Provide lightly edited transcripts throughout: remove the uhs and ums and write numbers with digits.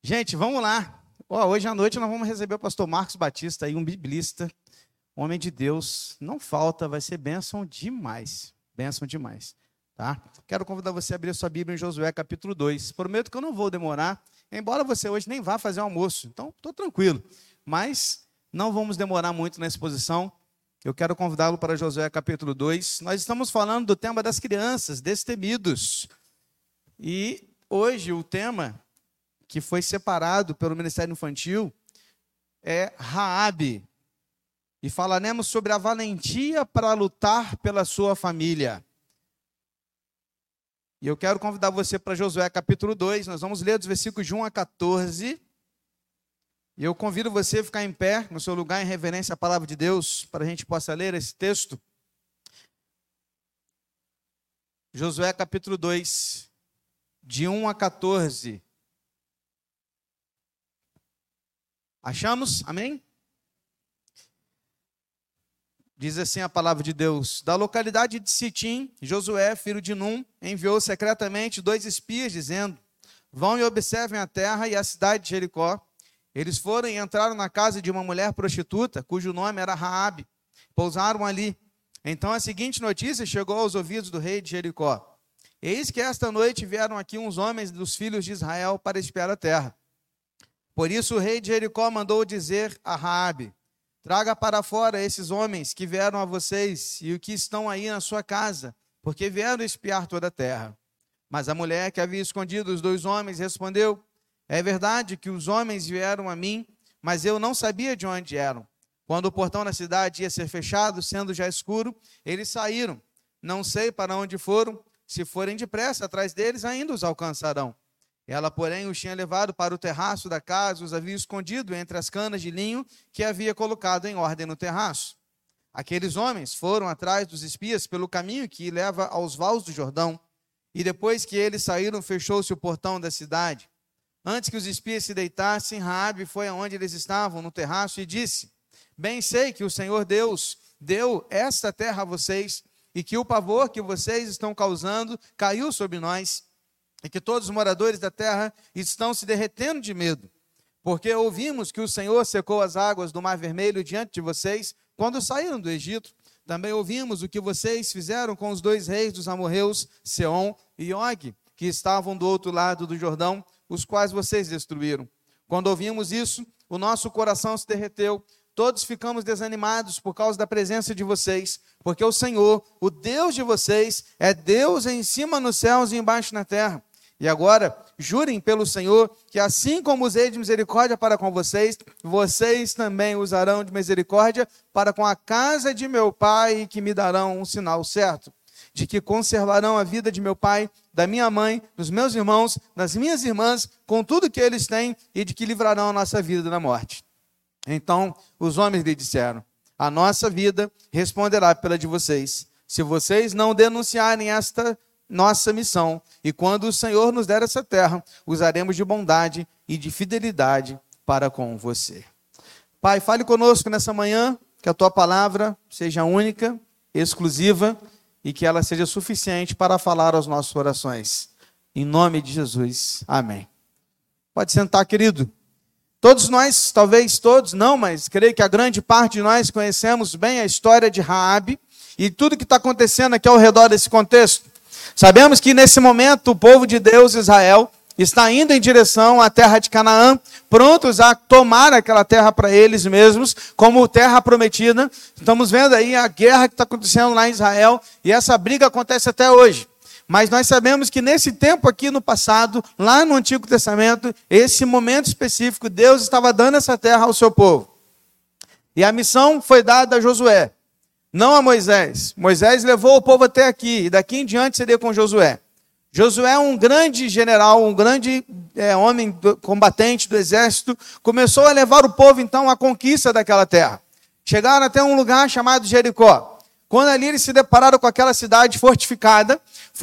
Gente, vamos lá. Hoje à noite nós vamos receber o pastor Marcos Batista, aí, um biblista, homem de Deus. Não falta, vai ser bênção demais. Bênção demais. Tá? Quero convidar você a abrir a sua Bíblia em Josué capítulo 2. Prometo que eu não vou demorar, embora você hoje nem vá fazer almoço. Então, estou tranquilo. Mas não vamos demorar muito na exposição. Eu quero convidá-lo para Josué capítulo 2. Nós estamos falando do tema das crianças, destemidos. E hoje o tema que foi separado pelo Ministério Infantil é Raabe. E falaremos sobre a valentia para lutar pela sua família. E eu quero convidar você para Josué capítulo 2. Nós vamos ler dos versículos de 1 a 14. E eu convido você a ficar em pé no seu lugar em reverência à palavra de Deus, para a gente possa ler esse texto. Josué capítulo 2, de 1 a 14. Achamos? Amém? Diz assim a palavra de Deus: da localidade de Sitim, Josué, filho de Num, enviou secretamente 2 espias, dizendo: vão e observem a terra e a cidade de Jericó. Eles foram e entraram na casa de uma mulher prostituta, cujo nome era Raabe. Pousaram ali. Então a seguinte notícia chegou aos ouvidos do rei de Jericó: eis que esta noite vieram aqui uns homens dos filhos de Israel para espiar a terra. Por isso o rei de Jericó mandou dizer a Raabe: traga para fora esses homens que vieram a vocês e o que estão aí na sua casa, porque vieram espiar toda a terra. Mas a mulher que havia escondido os 2 homens respondeu: é verdade que os homens vieram a mim, mas eu não sabia de onde eram. Quando o portão da cidade ia ser fechado, sendo já escuro, eles saíram. Não sei para onde foram. Se forem depressa atrás deles, ainda os alcançarão. Ela, porém, os tinha levado para o terraço da casa, os havia escondido entre as canas de linho que havia colocado em ordem no terraço. Aqueles homens foram atrás dos espias pelo caminho que leva aos vales do Jordão, e depois que eles saíram, fechou-se o portão da cidade. Antes que os espias se deitassem, Raabe foi aonde eles estavam, no terraço, e disse: bem sei que o Senhor Deus deu esta terra a vocês, e que o pavor que vocês estão causando caiu sobre nós, e que todos os moradores da terra estão se derretendo de medo, porque ouvimos que o Senhor secou as águas do Mar Vermelho diante de vocês, quando saíram do Egito. Também ouvimos o que vocês fizeram com os 2 reis dos amorreus, Seom e Og, que estavam do outro lado do Jordão, os quais vocês destruíram. Quando ouvimos isso, o nosso coração se derreteu, todos ficamos desanimados por causa da presença de vocês, porque o Senhor, o Deus de vocês, é Deus em cima nos céus e embaixo na terra. E agora, jurem pelo Senhor, que assim como usei de misericórdia para com vocês, vocês também usarão de misericórdia para com a casa de meu pai, e que me darão um sinal certo, de que conservarão a vida de meu pai, da minha mãe, dos meus irmãos, das minhas irmãs, com tudo que eles têm, e de que livrarão a nossa vida da morte. Então os homens lhe disseram: a nossa vida responderá pela de vocês, se vocês não denunciarem esta nossa missão, e quando o Senhor nos der essa terra, usaremos de bondade e de fidelidade para com você. Pai, fale conosco nessa manhã, que a tua palavra seja única, exclusiva, e que ela seja suficiente para falar aos nossos corações. Em nome de Jesus. Amém. Pode sentar, querido. Todos nós, talvez todos não, mas creio que a grande parte de nós conhecemos bem a história de Raabe e tudo que está acontecendo aqui ao redor desse contexto. Sabemos que nesse momento o povo de Deus, Israel, está indo em direção à terra de Canaã, prontos a tomar aquela terra para eles mesmos, como terra prometida. Estamos vendo aí a guerra que está acontecendo lá em Israel, e essa briga acontece até hoje. Mas nós sabemos que nesse tempo aqui no passado, lá no Antigo Testamento, esse momento específico, Deus estava dando essa terra ao seu povo. E a missão foi dada a Josué, não a Moisés. Moisés levou o povo até aqui, e daqui em diante seria com Josué. Josué é um grande general, um grande homem combatente do exército, começou a levar o povo então à conquista daquela terra. Chegaram até um lugar chamado Jericó. Quando ali eles se depararam com aquela cidade fortificada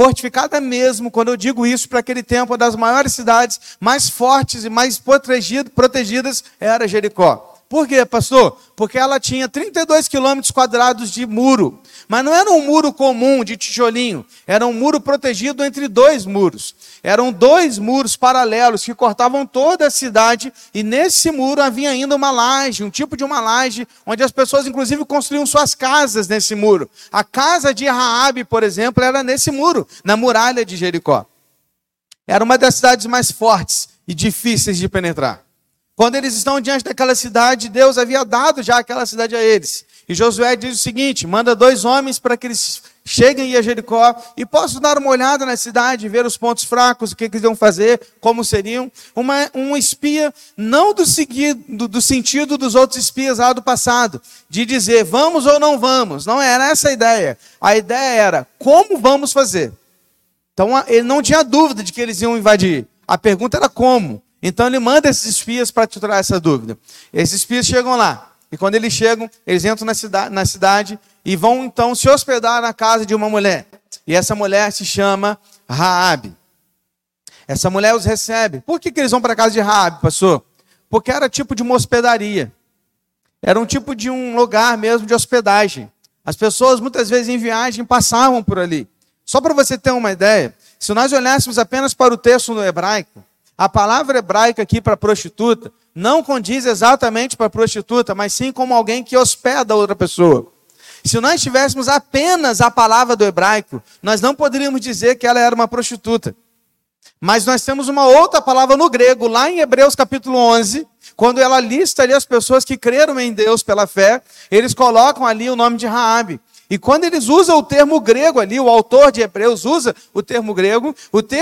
mesmo, quando eu digo isso, para aquele tempo, uma das maiores cidades mais fortes e mais protegidas era Jericó. Por quê, pastor? Porque ela tinha 32 quilômetros quadrados de muro. Mas não era um muro comum de tijolinho. Era um muro protegido entre dois muros. Eram dois muros paralelos que cortavam toda a cidade. E nesse muro havia ainda uma laje, um tipo de uma laje, onde as pessoas inclusive construíam suas casas nesse muro. A casa de Raabe, por exemplo, era nesse muro, na muralha de Jericó. Era uma das cidades mais fortes e difíceis de penetrar. Quando eles estão diante daquela cidade, Deus havia dado já aquela cidade a eles. E Josué diz o seguinte: manda 2 homens para que eles cheguem a Jericó e possam dar uma olhada na cidade, ver os pontos fracos, o que eles iam fazer, como seriam. Um espia, não do sentido dos outros espias lá do passado, de dizer vamos ou não vamos. Não era essa a ideia. A ideia era como vamos fazer. Então ele não tinha dúvida de que eles iam invadir. A pergunta era como. Então ele manda esses espias para tirar essa dúvida. Esses espias chegam lá. E quando eles chegam, eles entram na cidade e vão então se hospedar na casa de uma mulher. E essa mulher se chama Raabe. Essa mulher os recebe. Por que eles vão para a casa de Raabe, pastor? Porque era tipo de uma hospedaria. Era um tipo de um lugar mesmo de hospedagem. As pessoas muitas vezes em viagem passavam por ali. Só para você ter uma ideia, se nós olhássemos apenas para o texto no hebraico, a palavra hebraica aqui para prostituta não condiz exatamente para prostituta, mas sim como alguém que hospeda outra pessoa. Se nós tivéssemos apenas a palavra do hebraico, nós não poderíamos dizer que ela era uma prostituta. Mas nós temos uma outra palavra no grego, lá em Hebreus capítulo 11, quando ela lista ali as pessoas que creram em Deus pela fé, eles colocam ali o nome de Raabe. E quando eles usam o termo grego ali, o autor de Hebreus usa o termo grego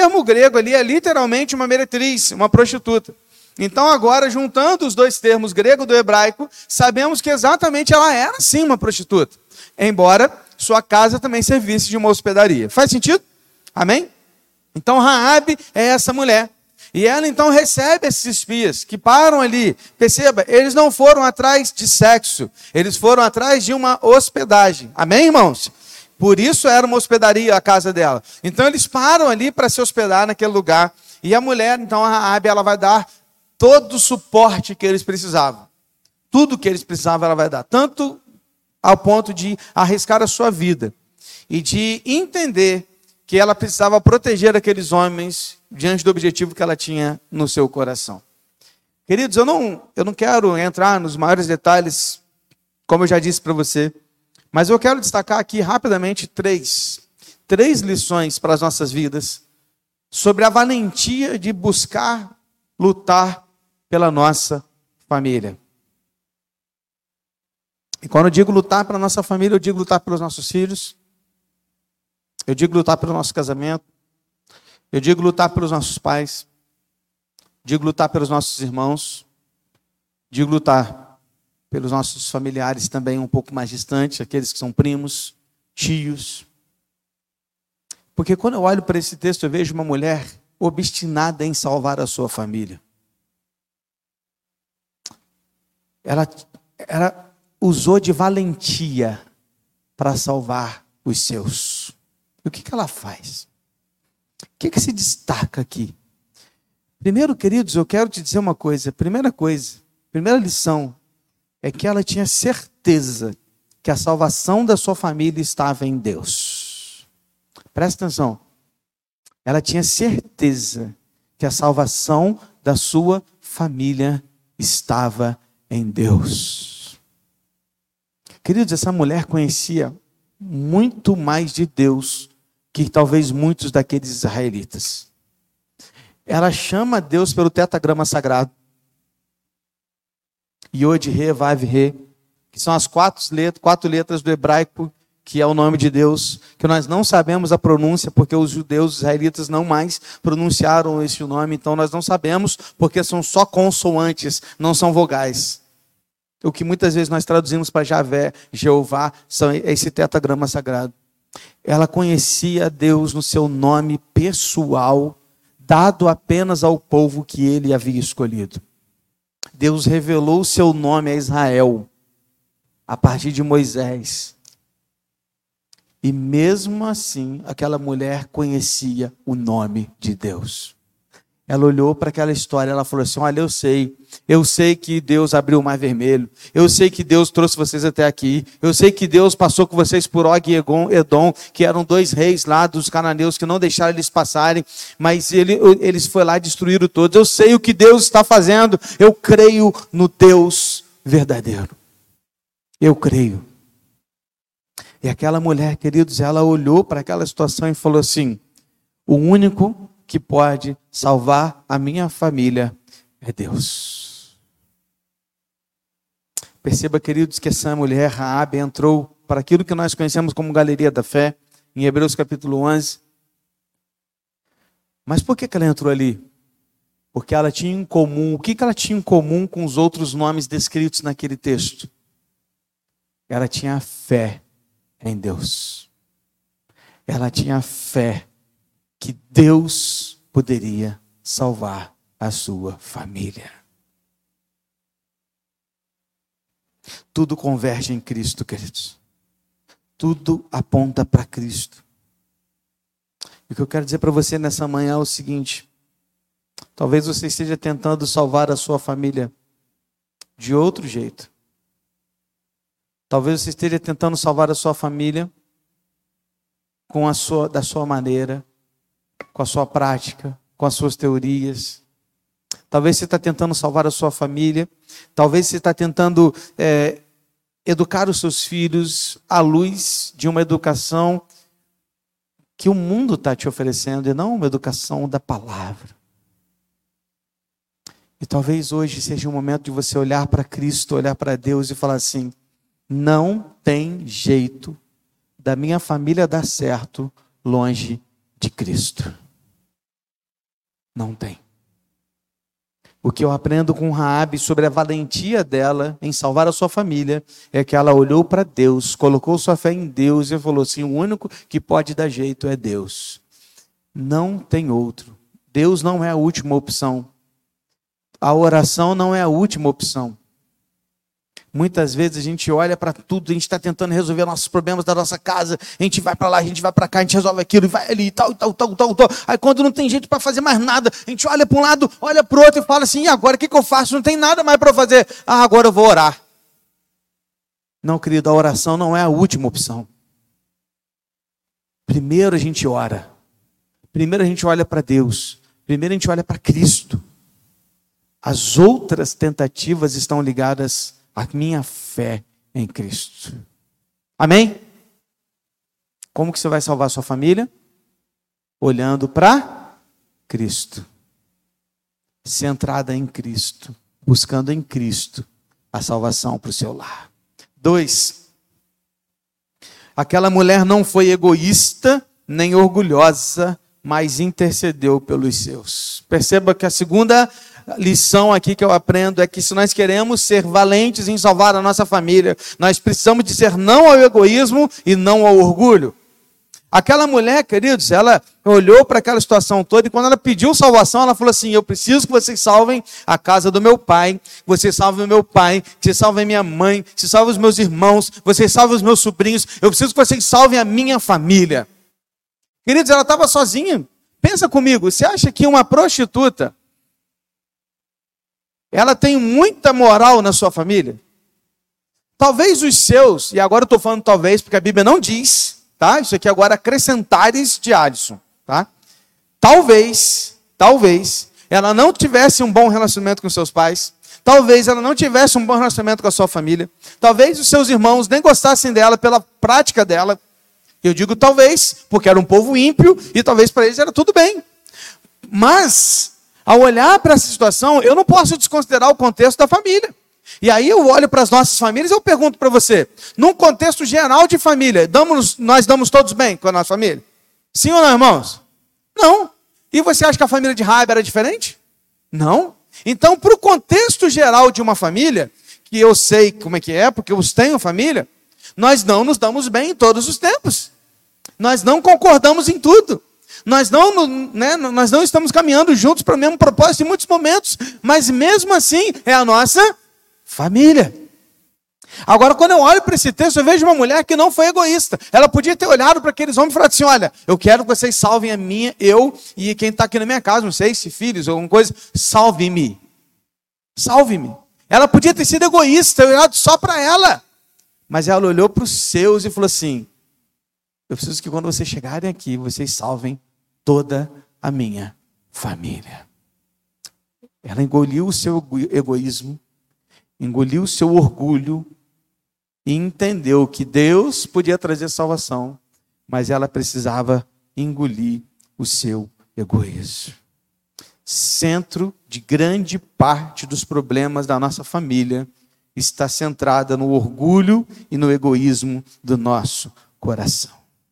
ali é literalmente uma meretriz, uma prostituta. Então agora, juntando os dois termos grego do hebraico, sabemos que exatamente ela era sim uma prostituta. Embora sua casa também servisse de uma hospedaria. Faz sentido? Amém? Então Raabe é essa mulher. E ela então recebe esses espias que param ali. Perceba, eles não foram atrás de sexo. Eles foram atrás de uma hospedagem. Amém, irmãos? Por isso era uma hospedaria a casa dela. Então eles param ali para se hospedar naquele lugar. E a mulher, então a Raabe, ela vai dar todo o suporte que eles precisavam. Tudo que eles precisavam ela vai dar. Tanto ao ponto de arriscar a sua vida. E de entender que ela precisava proteger aqueles homens diante do objetivo que ela tinha no seu coração. Queridos, eu não quero entrar nos maiores detalhes, como eu já disse para você, mas eu quero destacar aqui rapidamente três lições para as nossas vidas sobre a valentia de buscar lutar pela nossa família. E quando eu digo lutar pela nossa família, eu digo lutar pelos nossos filhos, eu digo lutar pelo nosso casamento, eu digo lutar pelos nossos pais, digo lutar pelos nossos irmãos, digo lutar pelos nossos familiares também um pouco mais distantes, aqueles que são primos, tios. Porque quando eu olho para esse texto, eu vejo uma mulher obstinada em salvar a sua família. Ela usou de valentia para salvar os seus. E o que ela faz? O que se destaca aqui? Primeiro, queridos, eu quero te dizer uma coisa. Primeira lição é que ela tinha certeza que a salvação da sua família estava em Deus. Presta atenção. Ela tinha certeza que a salvação da sua família estava em Deus. Queridos, essa mulher conhecia muito mais de Deus que talvez muitos daqueles israelitas. Ela chama Deus pelo tetragrama sagrado. Yod, Re, Vav, Re, que são as quatro letras do hebraico, que é o nome de Deus, que nós não sabemos a pronúncia, porque os judeus, os israelitas, não mais pronunciaram esse nome, então nós não sabemos, porque são só consoantes, não são vogais. O que muitas vezes nós traduzimos para Javé, Jeová, são esse tetragrama sagrado. Ela conhecia Deus no seu nome pessoal, dado apenas ao povo que ele havia escolhido. Deus revelou o seu nome a Israel, a partir de Moisés. E mesmo assim, aquela mulher conhecia o nome de Deus. Ela olhou para aquela história, ela falou assim, olha, eu sei Eu sei que Deus abriu o mar vermelho. Eu sei que Deus trouxe vocês até aqui. Eu sei que Deus passou com vocês por Og e Edom, que eram 2 reis lá dos cananeus que não deixaram eles passarem, mas eles foram lá e destruíram todos. Eu sei o que Deus está fazendo. Eu creio no Deus verdadeiro. Eu creio. E aquela mulher, queridos, ela olhou para aquela situação e falou assim: o único que pode salvar a minha família é Deus. Perceba, queridos, que essa mulher, Raabe, entrou para aquilo que nós conhecemos como galeria da fé, em Hebreus capítulo 11. Mas por que ela entrou ali? Porque ela tinha em comum, o que ela tinha em comum com os outros nomes descritos naquele texto? Ela tinha fé em Deus. Ela tinha fé que Deus poderia salvar a sua família. Tudo converge em Cristo, queridos. Tudo aponta para Cristo. E o que eu quero dizer para você nessa manhã é o seguinte: talvez você esteja tentando salvar a sua família de outro jeito. Talvez você esteja tentando salvar a sua família da sua maneira, com a sua prática, com as suas teorias. Talvez você está tentando salvar a sua família. Talvez você está tentando educar os seus filhos à luz de uma educação que o mundo está te oferecendo, e não uma educação da palavra. E talvez hoje seja o momento de você olhar para Cristo, olhar para Deus e falar assim: não tem jeito da minha família dar certo longe de Cristo. Não tem. O que eu aprendo com Raabe sobre a valentia dela em salvar a sua família é que ela olhou para Deus, colocou sua fé em Deus e falou assim: o único que pode dar jeito é Deus. Não tem outro. Deus não é a última opção. A oração não é a última opção. Muitas vezes a gente olha para tudo, a gente está tentando resolver nossos problemas da nossa casa, a gente vai para lá, a gente vai para cá, a gente resolve aquilo, e vai ali e tal. Aí quando não tem jeito para fazer mais nada, a gente olha para um lado, olha para o outro e fala assim: e agora o que eu faço? Não tem nada mais para fazer. Agora eu vou orar. Não, querido, a oração não é a última opção. Primeiro a gente ora. Primeiro a gente olha para Deus. Primeiro a gente olha para Cristo. As outras tentativas estão ligadas à minha fé em Cristo. Amém? Como que você vai salvar a sua família? Olhando para Cristo. Centrada em Cristo. Buscando em Cristo a salvação para o seu lar. 2. Aquela mulher não foi egoísta nem orgulhosa, mas intercedeu pelos seus. Perceba que a segunda lição aqui que eu aprendo é que se nós queremos ser valentes em salvar a nossa família, nós precisamos dizer não ao egoísmo e não ao orgulho. Aquela mulher, queridos, ela olhou para aquela situação toda e quando ela pediu salvação, ela falou assim: eu preciso que vocês salvem a casa do meu pai, que vocês salvem o meu pai, que vocês salvem a minha mãe, que vocês salvem os meus irmãos, que vocês salvem os meus sobrinhos, eu preciso que vocês salvem a minha família. Queridos, ela estava sozinha. Pensa comigo, você acha que uma prostituta, ela tem muita moral na sua família? Talvez os seus, e agora eu estou falando talvez porque a Bíblia não diz, tá? Isso aqui agora é acrescentares de Alisson, tá? Talvez ela não tivesse um bom relacionamento com seus pais, talvez ela não tivesse um bom relacionamento com a sua família, talvez os seus irmãos nem gostassem dela pela prática dela. Eu digo talvez, porque era um povo ímpio e talvez para eles era tudo bem. Mas, ao olhar para essa situação, eu não posso desconsiderar o contexto da família. E aí eu olho para as nossas famílias e eu pergunto para você, num contexto geral de família, nós damos todos bem com a nossa família? Sim ou não, irmãos? Não. E você acha que a família de Raabe era diferente? Não. Então, para o contexto geral de uma família, que eu sei como é que é, porque eu tenho família, nós não nos damos bem em todos os tempos. Nós não concordamos em tudo. Nós não estamos caminhando juntos para o mesmo propósito em muitos momentos. Mas mesmo assim, é a nossa família. Agora, quando eu olho para esse texto, eu vejo uma mulher que não foi egoísta. Ela podia ter olhado para aqueles homens e falado assim: olha, eu quero que vocês salvem eu e quem está aqui na minha casa, não sei se filhos ou alguma coisa, salve-me. Salve-me. Ela podia ter sido egoísta, olhado só para ela. Mas ela olhou para os seus e falou assim: eu preciso que quando vocês chegarem aqui, vocês salvem toda a minha família. Ela engoliu o seu egoísmo, engoliu o seu orgulho e entendeu que Deus podia trazer salvação, mas ela precisava engolir o seu egoísmo. Centro de grande parte dos problemas da nossa família está centrada no orgulho e no egoísmo do nosso coração.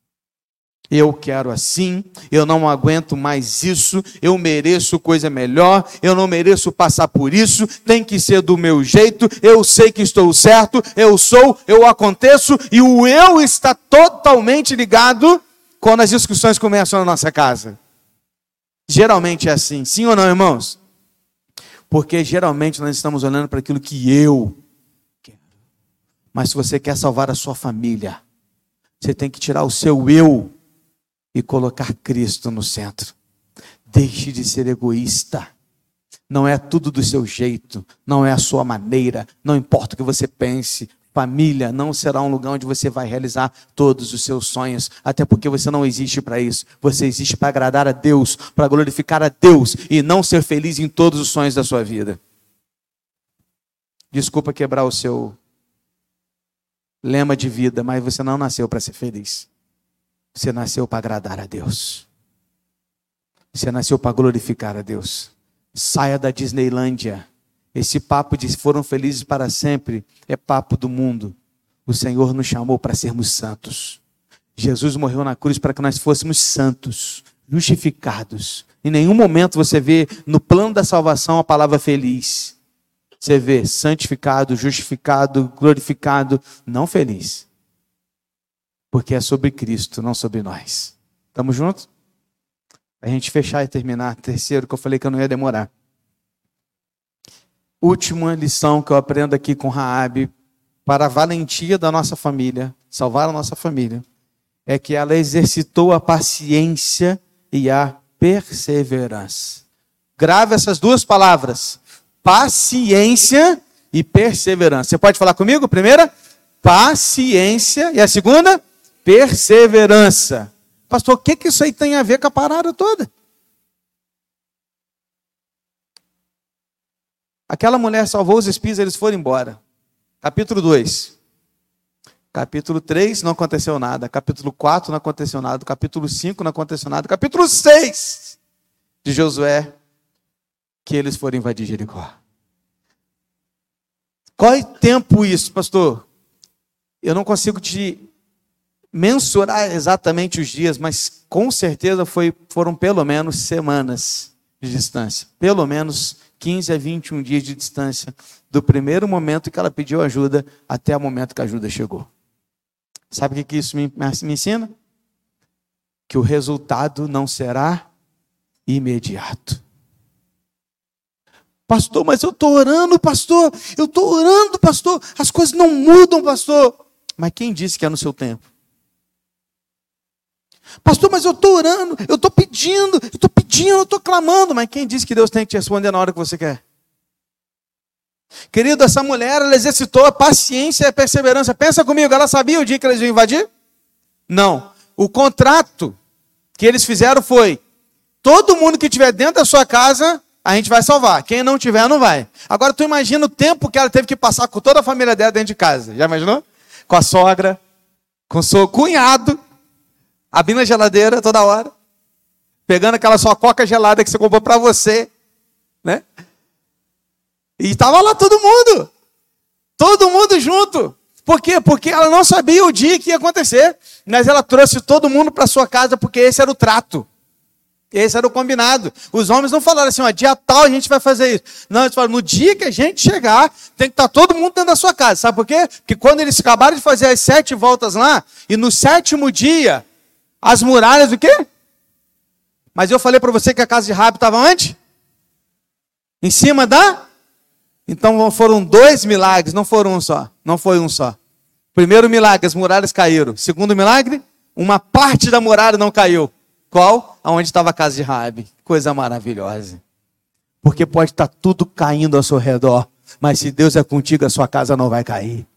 Eu quero assim, eu não aguento mais isso, eu mereço coisa melhor, eu não mereço passar por isso, tem que ser do meu jeito, eu sei que estou certo, eu sou, eu aconteço, e o eu está totalmente ligado quando as discussões começam na nossa casa. Geralmente é assim, sim ou não, irmãos? Porque geralmente nós estamos olhando para aquilo que eu quero. Mas se você quer salvar a sua família, você tem que tirar o seu eu e colocar Cristo no centro. Deixe de ser egoísta. Não é tudo do seu jeito, não é a sua maneira, não importa o que você pense. Família não será um lugar onde você vai realizar todos os seus sonhos, até porque você não existe para isso. Você existe para agradar a Deus, para glorificar a Deus e não ser feliz em todos os sonhos da sua vida. Desculpa quebrar o seu lema de vida, mas você não nasceu para ser feliz. Você nasceu para agradar a Deus. Você nasceu para glorificar a Deus. Saia da Disneylândia. Esse papo de foram felizes para sempre é papo do mundo. O Senhor nos chamou para sermos santos. Jesus morreu na cruz para que nós fôssemos santos, justificados. Em nenhum momento você vê no plano da salvação a palavra feliz. Você vê santificado, justificado, glorificado, não feliz. Porque é sobre Cristo, não sobre nós. Estamos juntos? A gente fechar e terminar. Terceiro, que eu falei que eu não ia demorar. Última lição que eu aprendo aqui com Raabe para a valentia da nossa família, salvar a nossa família, é que ela exercitou a paciência e a perseverança. Grave essas duas palavras, paciência e perseverança. Você pode falar comigo? Primeira, paciência, e a segunda, perseverança. Pastor, o que isso aí tem a ver com a parada toda? Aquela mulher salvou os espias, eles foram embora. Capítulo 2. Capítulo 3 não aconteceu nada. Capítulo 4 não aconteceu nada. Capítulo 5 não aconteceu nada. Capítulo 6 de Josué, que eles foram invadir Jericó. Qual é o tempo isso, pastor? Eu não consigo te mensurar exatamente os dias, mas com certeza foram pelo menos semanas de distância. Pelo menos 15 a 21 dias de distância do primeiro momento que ela pediu ajuda até o momento que a ajuda chegou. Sabe o que isso me ensina? Que o resultado não será imediato. Pastor, mas eu estou orando, pastor. Eu estou orando, pastor. As coisas não mudam, pastor. Mas quem disse que é no seu tempo? Pastor, mas eu estou orando, eu estou pedindo, eu estou clamando. Mas quem disse que Deus tem que te responder na hora que você quer? Querido, essa mulher, ela exercitou a paciência e a perseverança. Pensa comigo, ela sabia o dia que eles iam invadir? Não. O contrato que eles fizeram foi: todo mundo que estiver dentro da sua casa, a gente vai salvar. Quem não tiver, não vai. Agora, tu imagina o tempo que ela teve que passar com toda a família dela dentro de casa. Já imaginou? Com a sogra, com o seu cunhado, abrindo a geladeira toda hora, pegando aquela sua coca gelada que você comprou para você, né? E estava lá todo mundo junto. Por quê? Porque ela não sabia o dia que ia acontecer, mas ela trouxe todo mundo para sua casa, porque esse era o trato. Esse era o combinado. Os homens não falaram assim: ó, dia tal a gente vai fazer isso. Não, eles falaram: no dia que a gente chegar, tem que estar todo mundo dentro da sua casa. Sabe por quê? Porque quando eles acabaram de fazer as 7 voltas lá, e no 7º dia, as muralhas o quê? Mas eu falei para você que a casa de Raabe estava onde? Em cima da? Então foram 2 milagres, não foram um só. Não foi um só. Primeiro milagre, as muralhas caíram. Segundo milagre, uma parte da muralha não caiu. Qual? Aonde estava a casa de Raabe. Coisa maravilhosa. Porque pode estar tudo caindo ao seu redor, mas se Deus é contigo, a sua casa não vai cair.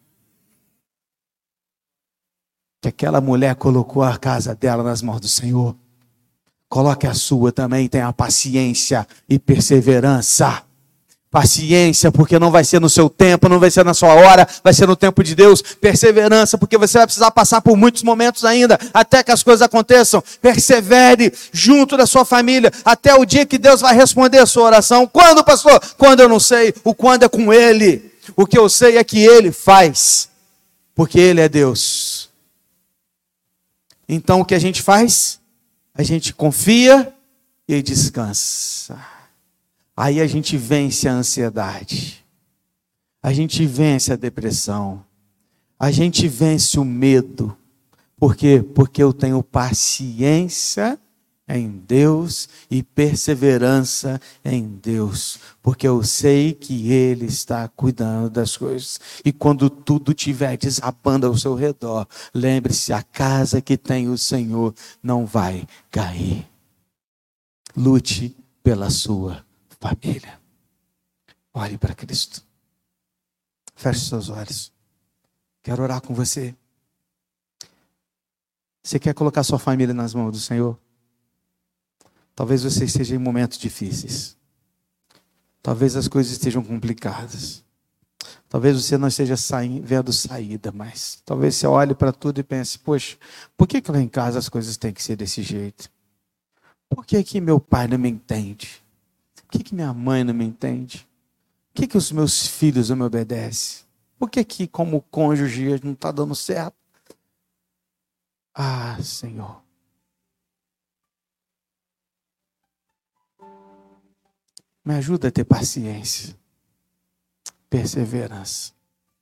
Que aquela mulher colocou a casa dela nas mãos do Senhor. Coloque a sua também, tenha paciência e perseverança. Paciência, porque não vai ser no seu tempo, não vai ser na sua hora, vai ser no tempo de Deus. Perseverança, porque você vai precisar passar por muitos momentos ainda, até que as coisas aconteçam. Persevere junto da sua família, até o dia que Deus vai responder a sua oração. Quando, pastor? Quando eu não sei, o quando é com Ele. O que eu sei é que Ele faz, porque Ele é Deus. Então o que a gente faz? A gente confia e descansa. Aí a gente vence a ansiedade, a gente vence a depressão, a gente vence o medo. Por quê? Porque eu tenho paciência em Deus e perseverança em Deus. Porque eu sei que Ele está cuidando das coisas. E quando tudo estiver desabando ao seu redor, lembre-se, a casa que tem o Senhor não vai cair. Lute pela sua família. Olhe para Cristo. Feche seus olhos. Quero orar com você. Você quer colocar sua família nas mãos do Senhor? Talvez você esteja em momentos difíceis. Talvez as coisas estejam complicadas. Talvez você não esteja vendo saída mais. Talvez você olhe para tudo e pense, poxa, por que lá em casa as coisas têm que ser desse jeito? Por que meu pai não me entende? Por que minha mãe não me entende? Por que os meus filhos não me obedecem? Por que como cônjuge não está dando certo? Ah, Senhor. Me ajuda a ter paciência, perseverança.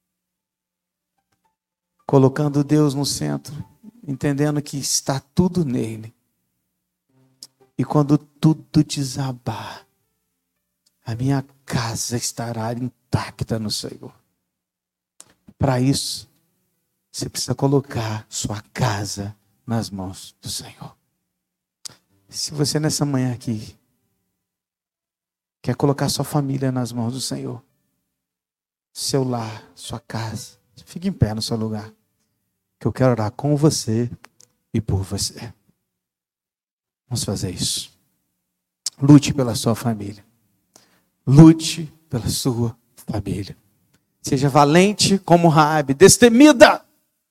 Colocando Deus no centro, entendendo que está tudo nele. E quando tudo desabar, a minha casa estará intacta no Senhor. Para isso, você precisa colocar sua casa nas mãos do Senhor. Se você nessa manhã aqui quer colocar sua família nas mãos do Senhor, seu lar, sua casa, fique em pé no seu lugar, que eu quero orar com você e por você. Vamos fazer isso. Lute pela sua família. Lute pela sua família. Seja valente como Raabe, destemida,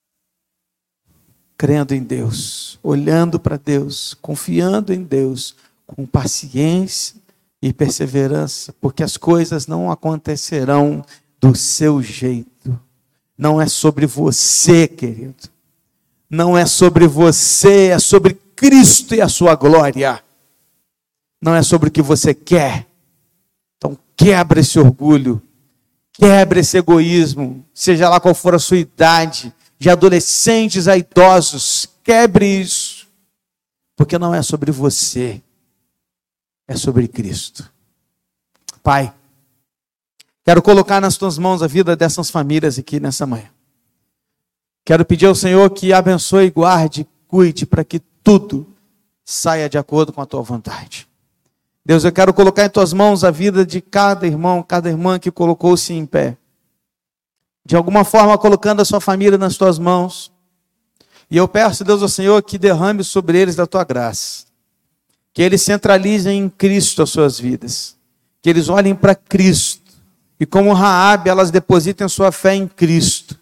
crendo em Deus, olhando para Deus, confiando em Deus, com paciência e perseverança, porque as coisas não acontecerão do seu jeito. Não é sobre você, querido. Não é sobre você, é sobre Cristo e a sua glória. Não é sobre o que você quer. Então quebra esse orgulho, quebra esse egoísmo, seja lá qual for a sua idade, de adolescentes a idosos, quebre isso, porque não é sobre você, é sobre Cristo. Pai, quero colocar nas tuas mãos a vida dessas famílias aqui nessa manhã. Quero pedir ao Senhor que abençoe, guarde, cuide, para que tudo saia de acordo com a tua vontade. Deus, eu quero colocar em tuas mãos a vida de cada irmão, cada irmã que colocou-se em pé. De alguma forma colocando a sua família nas tuas mãos. E eu peço, Deus, ao Senhor, que derrame sobre eles da tua graça. Que eles centralizem em Cristo as suas vidas. Que eles olhem para Cristo. E como Raabe, elas depositem sua fé em Cristo.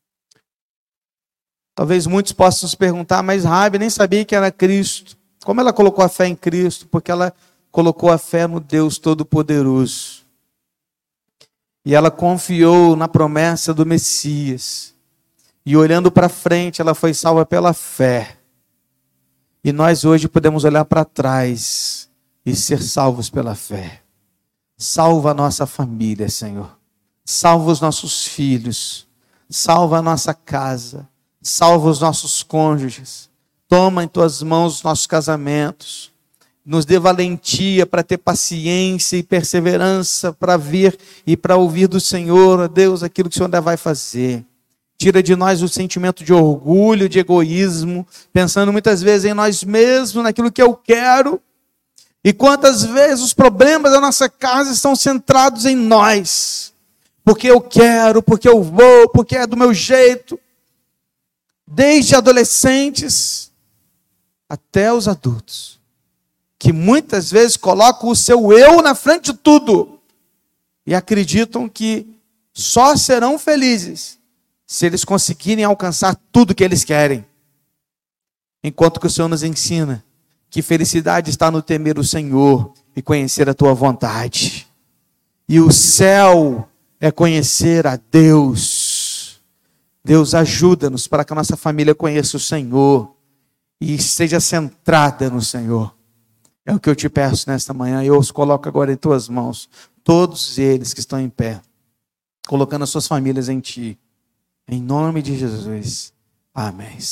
Talvez muitos possam se perguntar, mas Raabe nem sabia que era Cristo. Como ela colocou a fé em Cristo? Porque ela colocou a fé no Deus Todo-Poderoso. E ela confiou na promessa do Messias. E olhando para frente, ela foi salva pela fé. E nós hoje podemos olhar para trás e ser salvos pela fé. Salva a nossa família, Senhor. Salva os nossos filhos. Salva a nossa casa. Salva os nossos cônjuges. Toma em tuas mãos os nossos casamentos. Nos dê valentia para ter paciência e perseverança para vir e para ouvir do Senhor, ó Deus, aquilo que o Senhor ainda vai fazer. Tira de nós o sentimento de orgulho, de egoísmo, pensando muitas vezes em nós mesmos, naquilo que eu quero, E quantas vezes os problemas da nossa casa estão centrados em nós. Porque eu quero, porque eu vou, porque é do meu jeito. Desde adolescentes até os adultos. Que muitas vezes colocam o seu eu na frente de tudo. E acreditam que só serão felizes se eles conseguirem alcançar tudo que eles querem. Enquanto que o Senhor nos ensina que felicidade está no temer o Senhor e conhecer a tua vontade. E o céu é conhecer a Deus. Deus, ajuda-nos para que a nossa família conheça o Senhor e esteja centrada no Senhor. É o que eu te peço nesta manhã. Eu os coloco agora em tuas mãos, todos eles que estão em pé, colocando as suas famílias em ti. Em nome de Jesus. Amém.